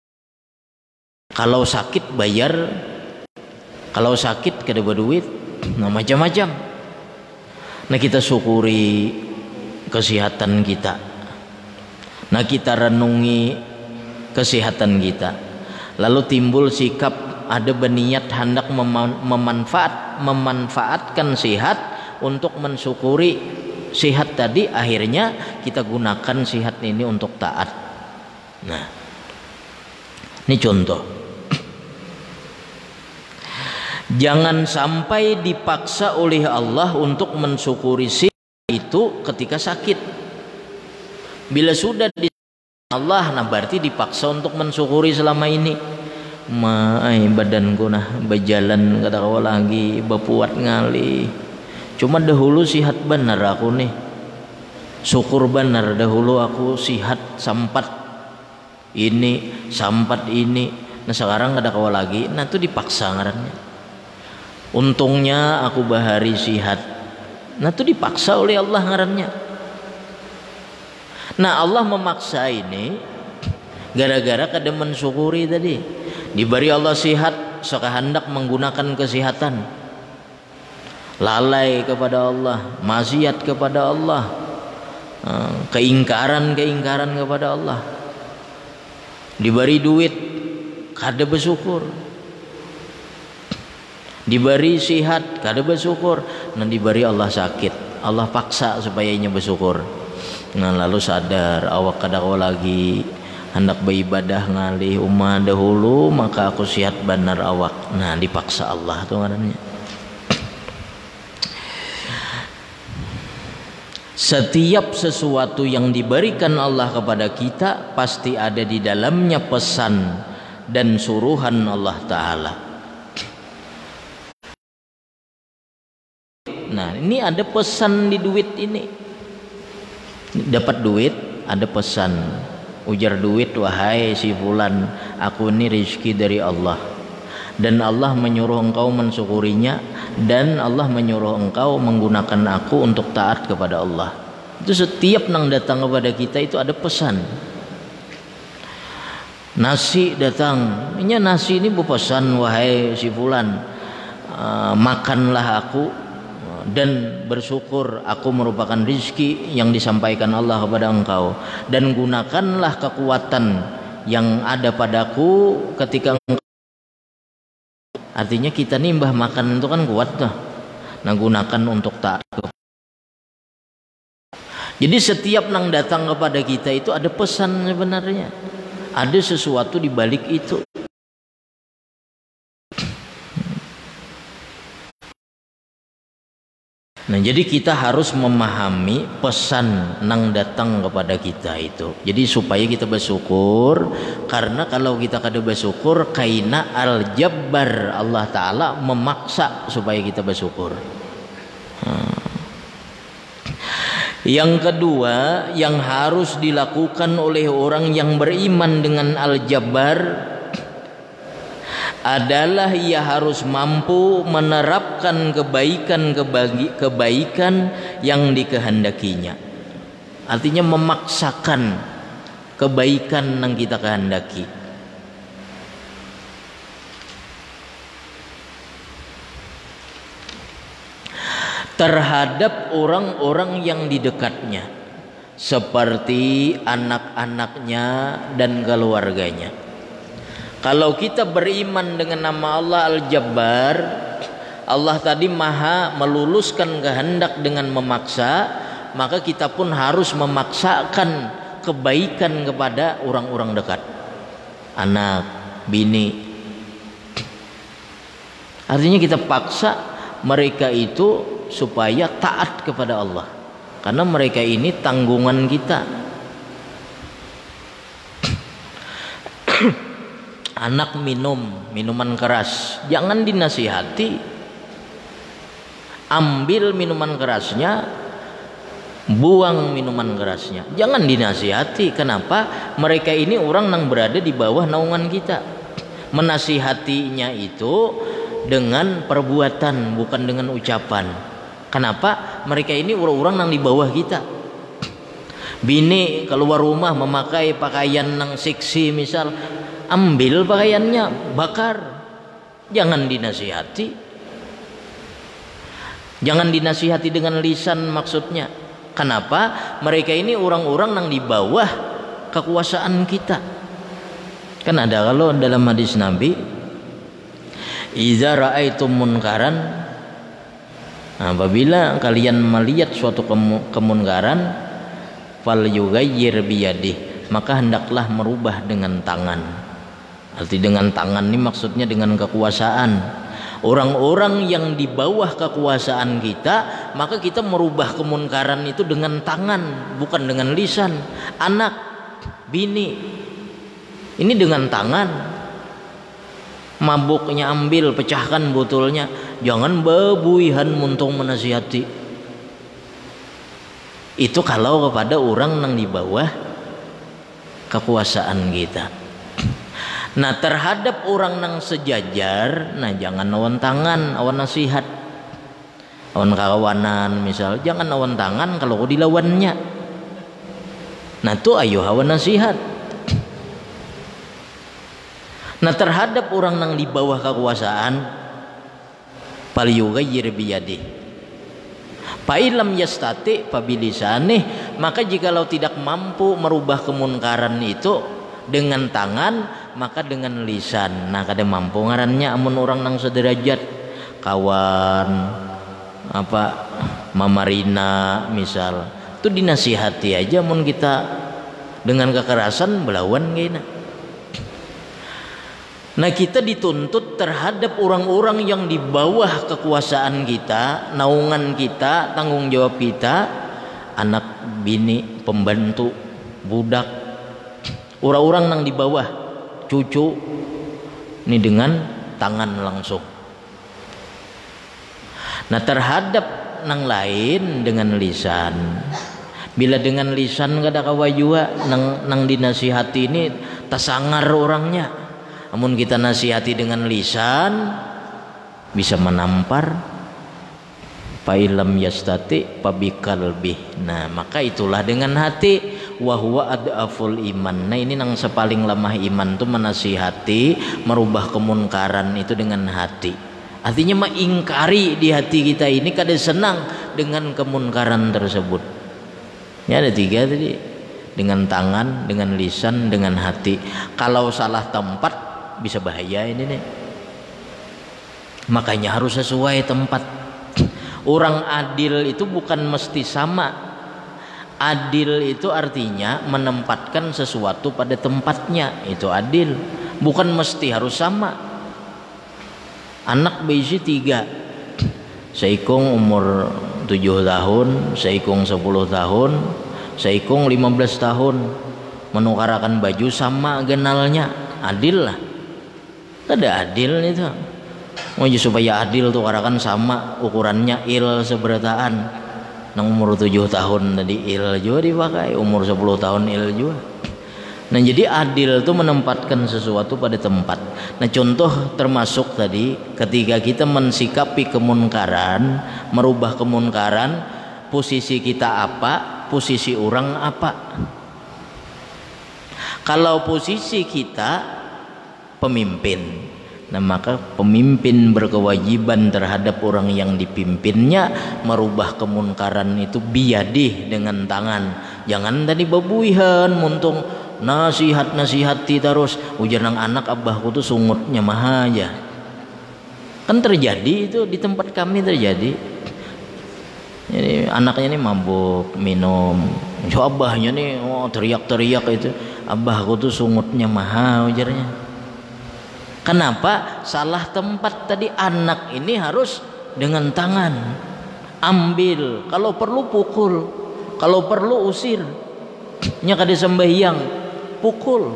Kalau sakit bayar, kalau sakit kada berduit, nah macam-macam. Nah, kita syukuri kesehatan kita. Nah, kita renungi kesehatan kita. Lalu timbul sikap ada berniat hendak memanfaatkan sehat untuk mensyukuri sehat tadi, akhirnya kita gunakan sehat ini untuk taat. Nah, ini contoh. Jangan sampai dipaksa oleh Allah untuk mensyukuri sehat itu ketika sakit. Bila sudah di Allah, nah berarti dipaksa untuk mensyukuri selama ini. Badanku nah berjalan kata kau lagi berpuat ngali. Cuma dahulu sihat benar aku nih. Syukur benar dahulu aku sihat sampat ini, sampat ini. Nah sekarang kada kau lagi. Nah itu dipaksa ngarannya. Untungnya aku bahari sihat. Nah itu dipaksa oleh Allah ngarannya. Nah, Allah memaksa ini gara-gara kada mensyukuri tadi. Diberi Allah sehat, sekehendak menggunakan kesehatan. Lalai kepada Allah, maksiat kepada Allah, keingkaran kepada Allah. Diberi duit, kada bersyukur. Diberi sehat, kada bersyukur. Nah, diberi Allah sakit, Allah paksa supaya inya bersyukur. Nah, lalu sadar awak kada kau lagi hendak beribadah ngalih umah dahulu, maka aku sihat benar awak. Nah, dipaksa Allah tu ngarannya. Setiap sesuatu yang diberikan Allah kepada kita pasti ada di dalamnya pesan dan suruhan Allah Ta'ala. Nah, ini ada pesan di duit ini. Dapat duit ada pesan, ujar duit, wahai si fulan, aku ini rezeki dari Allah dan Allah menyuruh engkau mensyukurinya dan Allah menyuruh engkau menggunakan aku untuk taat kepada Allah. Itu setiap nang datang kepada kita itu ada pesan. Nasi datang, ini nasi ini berpesan, wahai si fulan, makanlah aku dan bersyukur aku merupakan rizki yang disampaikan Allah kepada engkau, dan gunakanlah kekuatan yang ada padaku ketika engkau. Artinya kita nih mbah makan itu kan kuat tuh, nah gunakan untuk taat. Jadi setiap nang datang kepada kita itu ada pesan sebenarnya, ada sesuatu di balik itu. Nah, jadi kita harus memahami pesan nang datang kepada kita itu. Jadi supaya kita bersyukur, karena kalau kita kada bersyukur kaina al-jabbar, Allah Ta'ala memaksa supaya kita bersyukur. Yang kedua yang harus dilakukan oleh orang yang beriman dengan al-jabbar adalah ia harus mampu menerapkan kebaikan yang dikehendakinya. Artinya memaksakan kebaikan yang kita kehendaki. Terhadap orang-orang yang di dekatnya, seperti anak-anaknya dan keluarganya. Kalau kita beriman dengan nama Allah Al-Jabbar, Allah tadi maha meluluskan kehendak dengan memaksa, maka kita pun harus memaksakan kebaikan kepada orang-orang dekat, anak, bini. Artinya kita paksa mereka itu supaya taat kepada Allah, karena mereka ini tanggungan kita. Anak minum minuman keras, jangan dinasihati. Ambil minuman kerasnya, buang minuman kerasnya, jangan dinasihati. Kenapa? Mereka ini orang yang berada di bawah naungan kita. Menasihatinya itu dengan perbuatan, bukan dengan ucapan. Kenapa? Mereka ini orang-orang yang di bawah kita. Bini keluar rumah memakai pakaian yang seksi misal, ambil pakaiannya, bakar. Jangan dinasihati. Jangan dinasihati dengan lisan maksudnya. Kenapa? Mereka ini orang-orang yang di bawah kekuasaan kita. Kan ada kalau dalam hadis Nabi, iza ra'aitum munkaran, apabila kalian melihat suatu kemunkaran, fal yughayyir biyadih, maka hendaklah merubah dengan tangan. Arti dengan tangan ini maksudnya dengan kekuasaan. Orang-orang yang di bawah kekuasaan kita, maka kita merubah kemunkaran itu dengan tangan, bukan dengan lisan. Anak, bini, ini dengan tangan. Mabuknya ambil, pecahkan botolnya, jangan bebuihan muntung menasihati. Itu kalau kepada orang yang di bawah kekuasaan kita. Nah, terhadap orang yang sejajar, nah jangan awan tangan, awan nasihat, awan kawanan misal, jangan awan tangan kalau dilawannya. Nah itu ayo awan nasihat. Nah, terhadap orang yang di bawah kekuasaan, fal yughayyir biyadih, fa illam yastati fa bilisanih, maka jikalau tidak mampu merubah kemunkaran itu dengan tangan, maka dengan lisan. Nah, kada mampu ngarannya amun orang nang sederajat, kawan apa mamarina misal, itu dinasihati aja. Amun kita dengan kekerasan belawan gini. Nah, kita dituntut terhadap orang-orang yang di bawah kekuasaan kita, naungan kita, tanggung jawab kita, anak, bini, pembantu, budak, orang-orang yang di bawah, cucu, ini dengan tangan langsung. Nah, terhadap nang lain dengan lisan. Bila dengan lisan kada kawajua nang dinasihati ini tasangar orangnya. Namun kita nasihati dengan lisan bisa menampar. Fa illam yastati fa biqalbi. Nah, maka itulah dengan hati. Wa huwa adaful iman. Nah, ini yang sepaling lemah iman itu menasihati, merubah kemunkaran itu dengan hati. Artinya mengingkari di hati kita ini kada senang dengan kemunkaran tersebut. Ya, ada 3 tadi. Dengan tangan, dengan lisan, dengan hati. Kalau salah tempat bisa bahaya ini nih. Makanya harus sesuai tempat. Orang adil itu bukan mesti sama. Adil itu artinya menempatkan sesuatu pada tempatnya, itu adil. Bukan mesti harus sama. Anak besi 3, seikung umur 7 tahun, seikung 10 tahun, seikung 15 tahun, menukarakan baju sama genalnya, adil lah. Ada adil itu. Mau supaya adil tuh karakan sama ukurannya il seberataan. Nang umur 7 tahun tadi il juga dipakai, umur 10 tahun il juga. Nah jadi adil itu menempatkan sesuatu pada tempat. Nah contoh termasuk tadi ketika kita mensikapi kemunkaran, merubah kemunkaran, posisi kita apa, posisi orang apa. Kalau posisi kita pemimpin, nah maka pemimpin berkewajiban terhadap orang yang dipimpinnya merubah kemunkaran itu biyadih dengan tangan. Jangan tadi babuihan muntung nasihati terus ujar nang anak abahku tuh sungutnya mah aja. Kan terjadi itu di tempat kami terjadi. Jadi anaknya ini mabuk minum, abahnya nih teriak-teriak itu, abahku tuh sungutnya mah ujarnya. Kenapa? Salah tempat tadi. Anak ini harus dengan tangan ambil, kalau perlu pukul, kalau perlu usir, nya kada sembahyang pukul.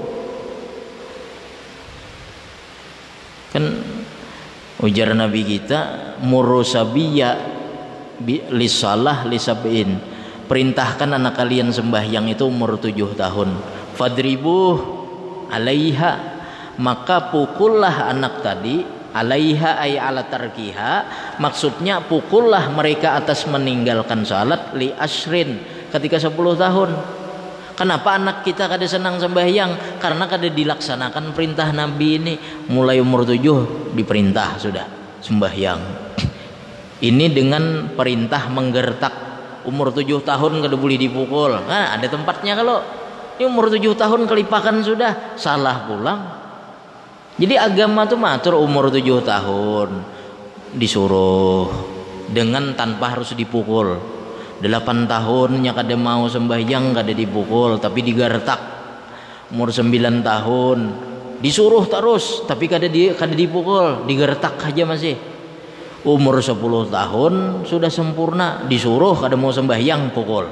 Kan ujar Nabi kita murusabiya lisalah lisabin, perintahkan anak kalian sembahyang itu umur 7 tahun, fadribuh alaiha, maka pukullah anak tadi, alaiha ay ala tarkiha, maksudnya pukullah mereka atas meninggalkan salat, li asrin, ketika 10 tahun. Kenapa anak kita kada senang sembahyang? Karena kada dilaksanakan perintah Nabi ini. Mulai umur 7 diperintah sudah sembahyang. Ini dengan perintah menggertak. Umur 7 tahun kada boleh dipukul. Nah, ada tempatnya. Kalau ini umur 7 tahun kelipakan sudah salah pulang. Jadi agama tuh matur umur 7 tahun disuruh dengan tanpa harus dipukul. 8 tahunnya kada mau sembahyang kada dipukul tapi digertak. Umur 9 tahun disuruh terus tapi kada dipukul, digertak aja masih. Umur 10 tahun sudah sempurna, disuruh kada mau sembahyang pukul.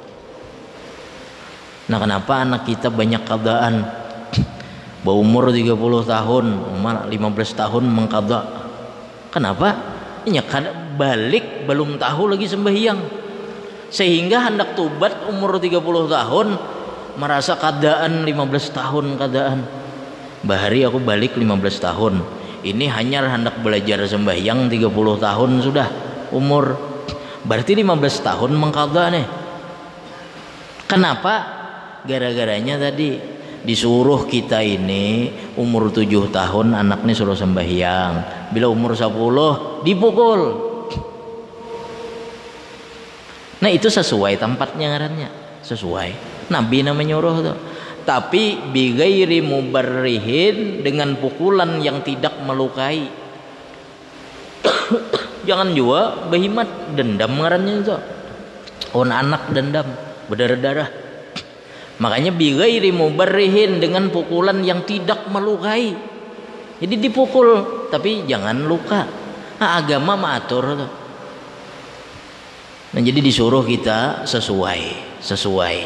Nah kenapa anak kita banyak kadaan? Berumur 30 tahun, umur 15 tahun mengqadha. Kenapa? Ini kada balik belum tahu lagi sembahyang. Sehingga hendak tobat umur 30 tahun merasa kadaan 15 tahun kadaan. Bahari aku balik 15 tahun. Ini hanya hendak belajar sembahyang 30 tahun sudah umur. Berarti 15 tahun mengqadha nih. Kenapa? Gara-garanya tadi disuruh kita ini umur 7 tahun anak nih suruh sembahyang. Bila umur 10 dipukul. Nah itu sesuai tempatnya ngarannya, sesuai. Nabi namanya nyuruh tuh. Tapi bighairi mubarrihin, dengan pukulan yang tidak melukai. Jangan juga behimat dendam ngarannya itu. Anak dendam berdarah-darah. Makanya bighairi mubarrihin, dengan pukulan yang tidak melukai. Jadi dipukul tapi jangan luka. Nah, agama matur tuh. Nah, jadi disuruh kita sesuai.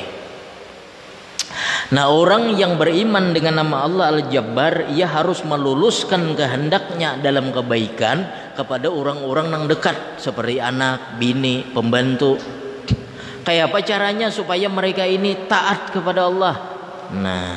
Nah, orang yang beriman dengan nama Allah Al-Jabbar, ia harus meluluskan kehendaknya dalam kebaikan kepada orang-orang yang dekat seperti anak, bini, pembantu. Kayak apa caranya supaya mereka ini taat kepada Allah? Nah,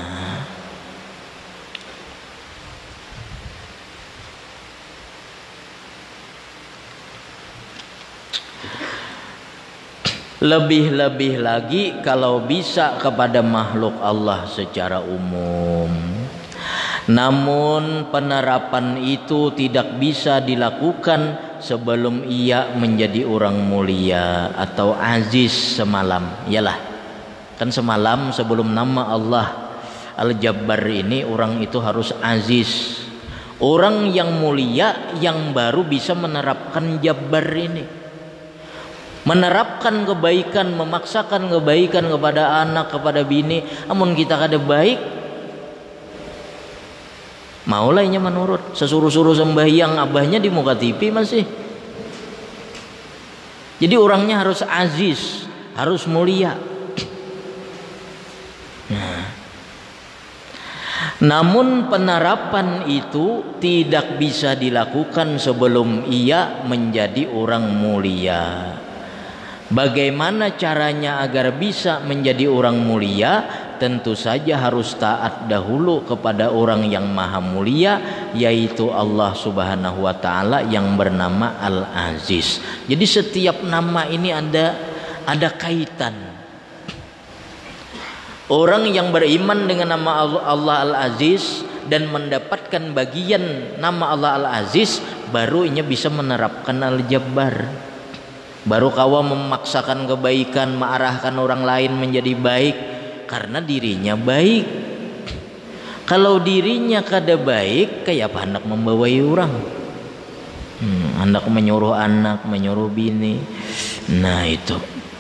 lebih-lebih lagi kalau bisa kepada makhluk Allah secara umum. Namun penerapan itu tidak bisa dilakukan sebelum ia menjadi orang mulia atau aziz semalam. Iyalah, kan semalam sebelum nama Allah Al-Jabbar ini orang itu harus aziz. Orang yang mulia yang baru bisa menerapkan Jabbar ini. Menerapkan kebaikan, memaksakan kebaikan kepada anak, kepada bini. Amun kita kada baik, maulainya menurut. Sesuruh-suruh sembahyang abahnya di muka TV masih. Jadi orangnya harus aziz, harus mulia. Nah, namun penerapan itu tidak bisa dilakukan sebelum ia menjadi orang mulia. Bagaimana caranya agar bisa menjadi orang mulia? Tentu saja harus taat dahulu kepada orang yang maha mulia, yaitu Allah Subhanahu wa ta'ala yang bernama Al-Aziz. Jadi setiap nama ini ada kaitan. Orang yang beriman dengan nama Allah Al-Aziz dan mendapatkan bagian nama Allah Al-Aziz, baru ia bisa menerapkan Al-Jabbar. Baru kawa memaksakan kebaikan, mengarahkan orang lain menjadi baik karena dirinya baik. Kalau dirinya kada baik, kayak apa hendak membawai orang? Hendak menyuruh anak, menyuruh bini. Nah itu.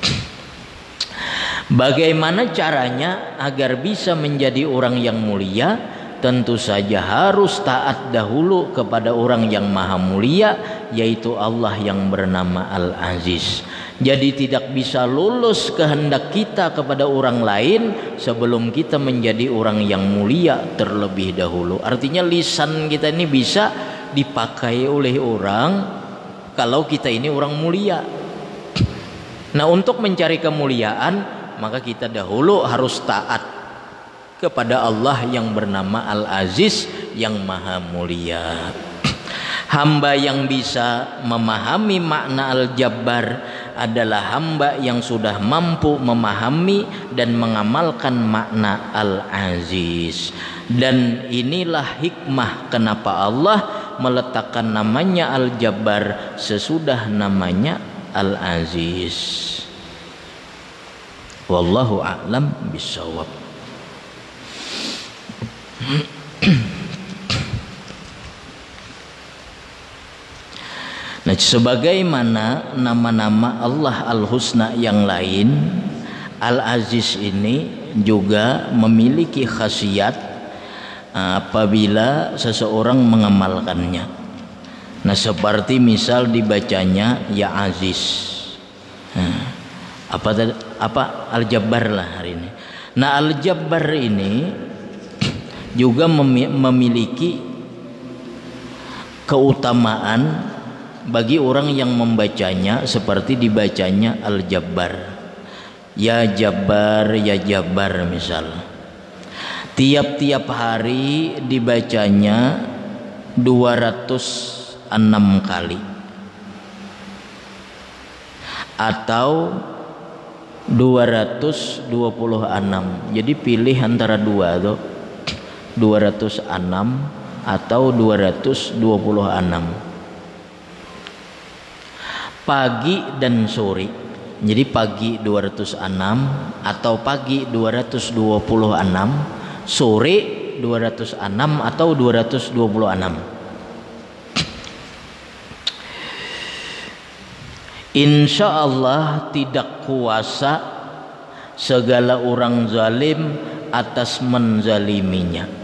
Bagaimana caranya agar bisa menjadi orang yang mulia? Tentu saja harus taat dahulu kepada orang yang maha mulia, yaitu Allah yang bernama Al-Aziz. Jadi tidak bisa lulus kehendak kita kepada orang lain sebelum kita menjadi orang yang mulia terlebih dahulu. Artinya lisan kita ini bisa dipakai oleh orang kalau kita ini orang mulia. Nah, untuk mencari kemuliaan, maka kita dahulu harus taat kepada Allah yang bernama Al-Aziz yang maha mulia. Hamba yang bisa memahami makna Al-Jabbar adalah hamba yang sudah mampu memahami dan mengamalkan makna Al-Aziz. Dan inilah hikmah kenapa Allah meletakkan namanya Al-Jabbar sesudah namanya Al-Aziz. Wallahu a'lam bishawab. Nah, sebagaimana nama-nama Allah Al-Husna yang lain, Al-Aziz ini juga memiliki khasiat apabila seseorang mengamalkannya. Nah, seperti misal dibacanya Ya Aziz. Apa Al-Jabbar lah hari ini. Nah, Al-Jabbar ini juga memiliki keutamaan bagi orang yang membacanya seperti dibacanya Al-Jabbar. Ya Jabbar, Ya Jabbar misal. Tiap-tiap hari dibacanya 206 kali. Atau 226. Jadi pilih antara dua tuh. 206 atau 226. Pagi dan sore. Jadi pagi 206 atau pagi 226, sore 206 atau 226. Insya Allah tidak kuasa segala orang zalim atas menzaliminya.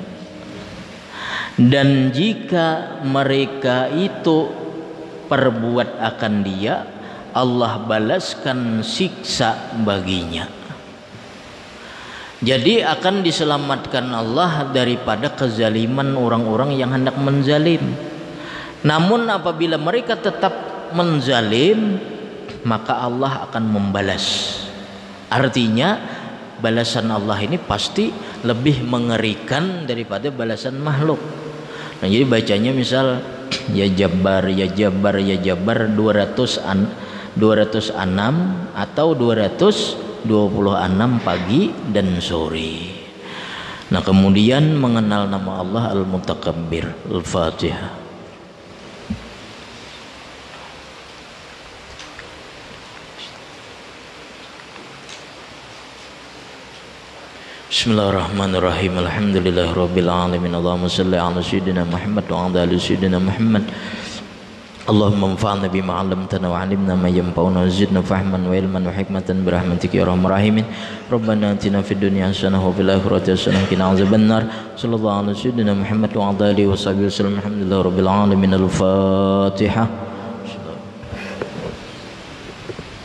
Dan jika mereka itu perbuat akan dia, Allah balaskan siksa baginya. Jadi akan diselamatkan Allah daripada kezaliman orang-orang yang hendak menzalim. Namun apabila mereka tetap menzalim, maka Allah akan membalas. Artinya balasan Allah ini pasti lebih mengerikan daripada balasan makhluk. Nah, jadi bacanya misal Ya Jabbar, Ya Jabbar, Ya Jabbar 206 atau 226 pagi dan sore. Nah, kemudian mengenal nama Allah Al-Mutakabbir. Al-Fatihah. Bismillahirrahmanirrahim. Alhamdulillahirabbil alamin. Allahumma shalli ala sayyidina Muhammad wa ala ali sayyidina Muhammad. Allahumma anfa'na bima 'allamtana wa 'allimna ma yanfa'una wa zidna fahman wa ilman wa hikmatan bi rahmatika ya arhamar rahimin. Rabbana atina fid dunya hasanah wa fil akhirati hasanah wa qina adzabannar. Sallallahu ala sayyidina Muhammad wa ala alihi washabihi wasallam. Alhamdulillahirabbil alamin. Al-Fatihah.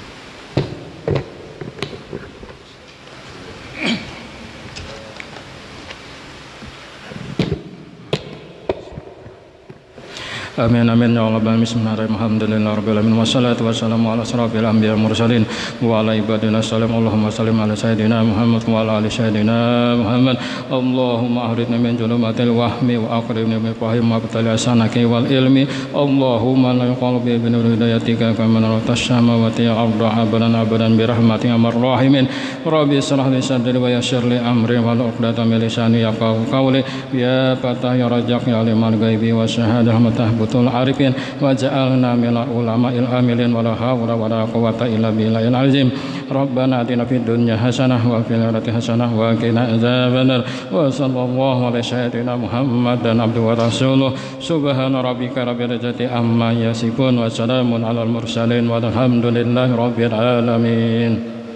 Amin amin ya Allah. Bismillahirrahmanirrahim. Alhamdulillahirabbil alamin wassalatu wassalamu ala asrofil anbiya'i wal mursalin wa ala ibadina salam. Allahumma sallim ala sayyidina Muhammad wa ala ali sayyidina Muhammad. Allahumma ahridna min julumatil wahmi wa aqribna min fahim wa batali sanaki wal ilmi. Allahumma la yuqalbi bi nur hidayatika kama naratas samawati ya arda abadan bi rahmatika arrahimin. Rabbi israh li sadri wa yassir li amri wa uqdatam min lisani yafqahu qawli. Ya Fatah ya Rajak ya liman ghaibi wa syahadah matahbutul arifin wa ja'alna minal ulama'il amilin wa la hawla wa la quwwata illa billahil azim. Rabbana atina fid dunya hasanah wa fil akhirati hasanah wa qina adzabannar. Wa sallallahu ala sayyidina Muhammad dan abduhu wa rasuluh. Subhana rabbika rabbil izzati amma yasifun wa salamun alal mursalin walhamdulillahi rabbil alamin.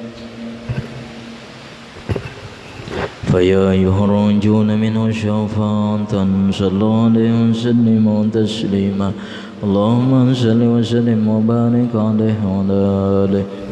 فيا أيها الراجون منه شفاعة صلى عليه وسلم تسليما اللهم صل وسلم وبارك عليه وعلى آله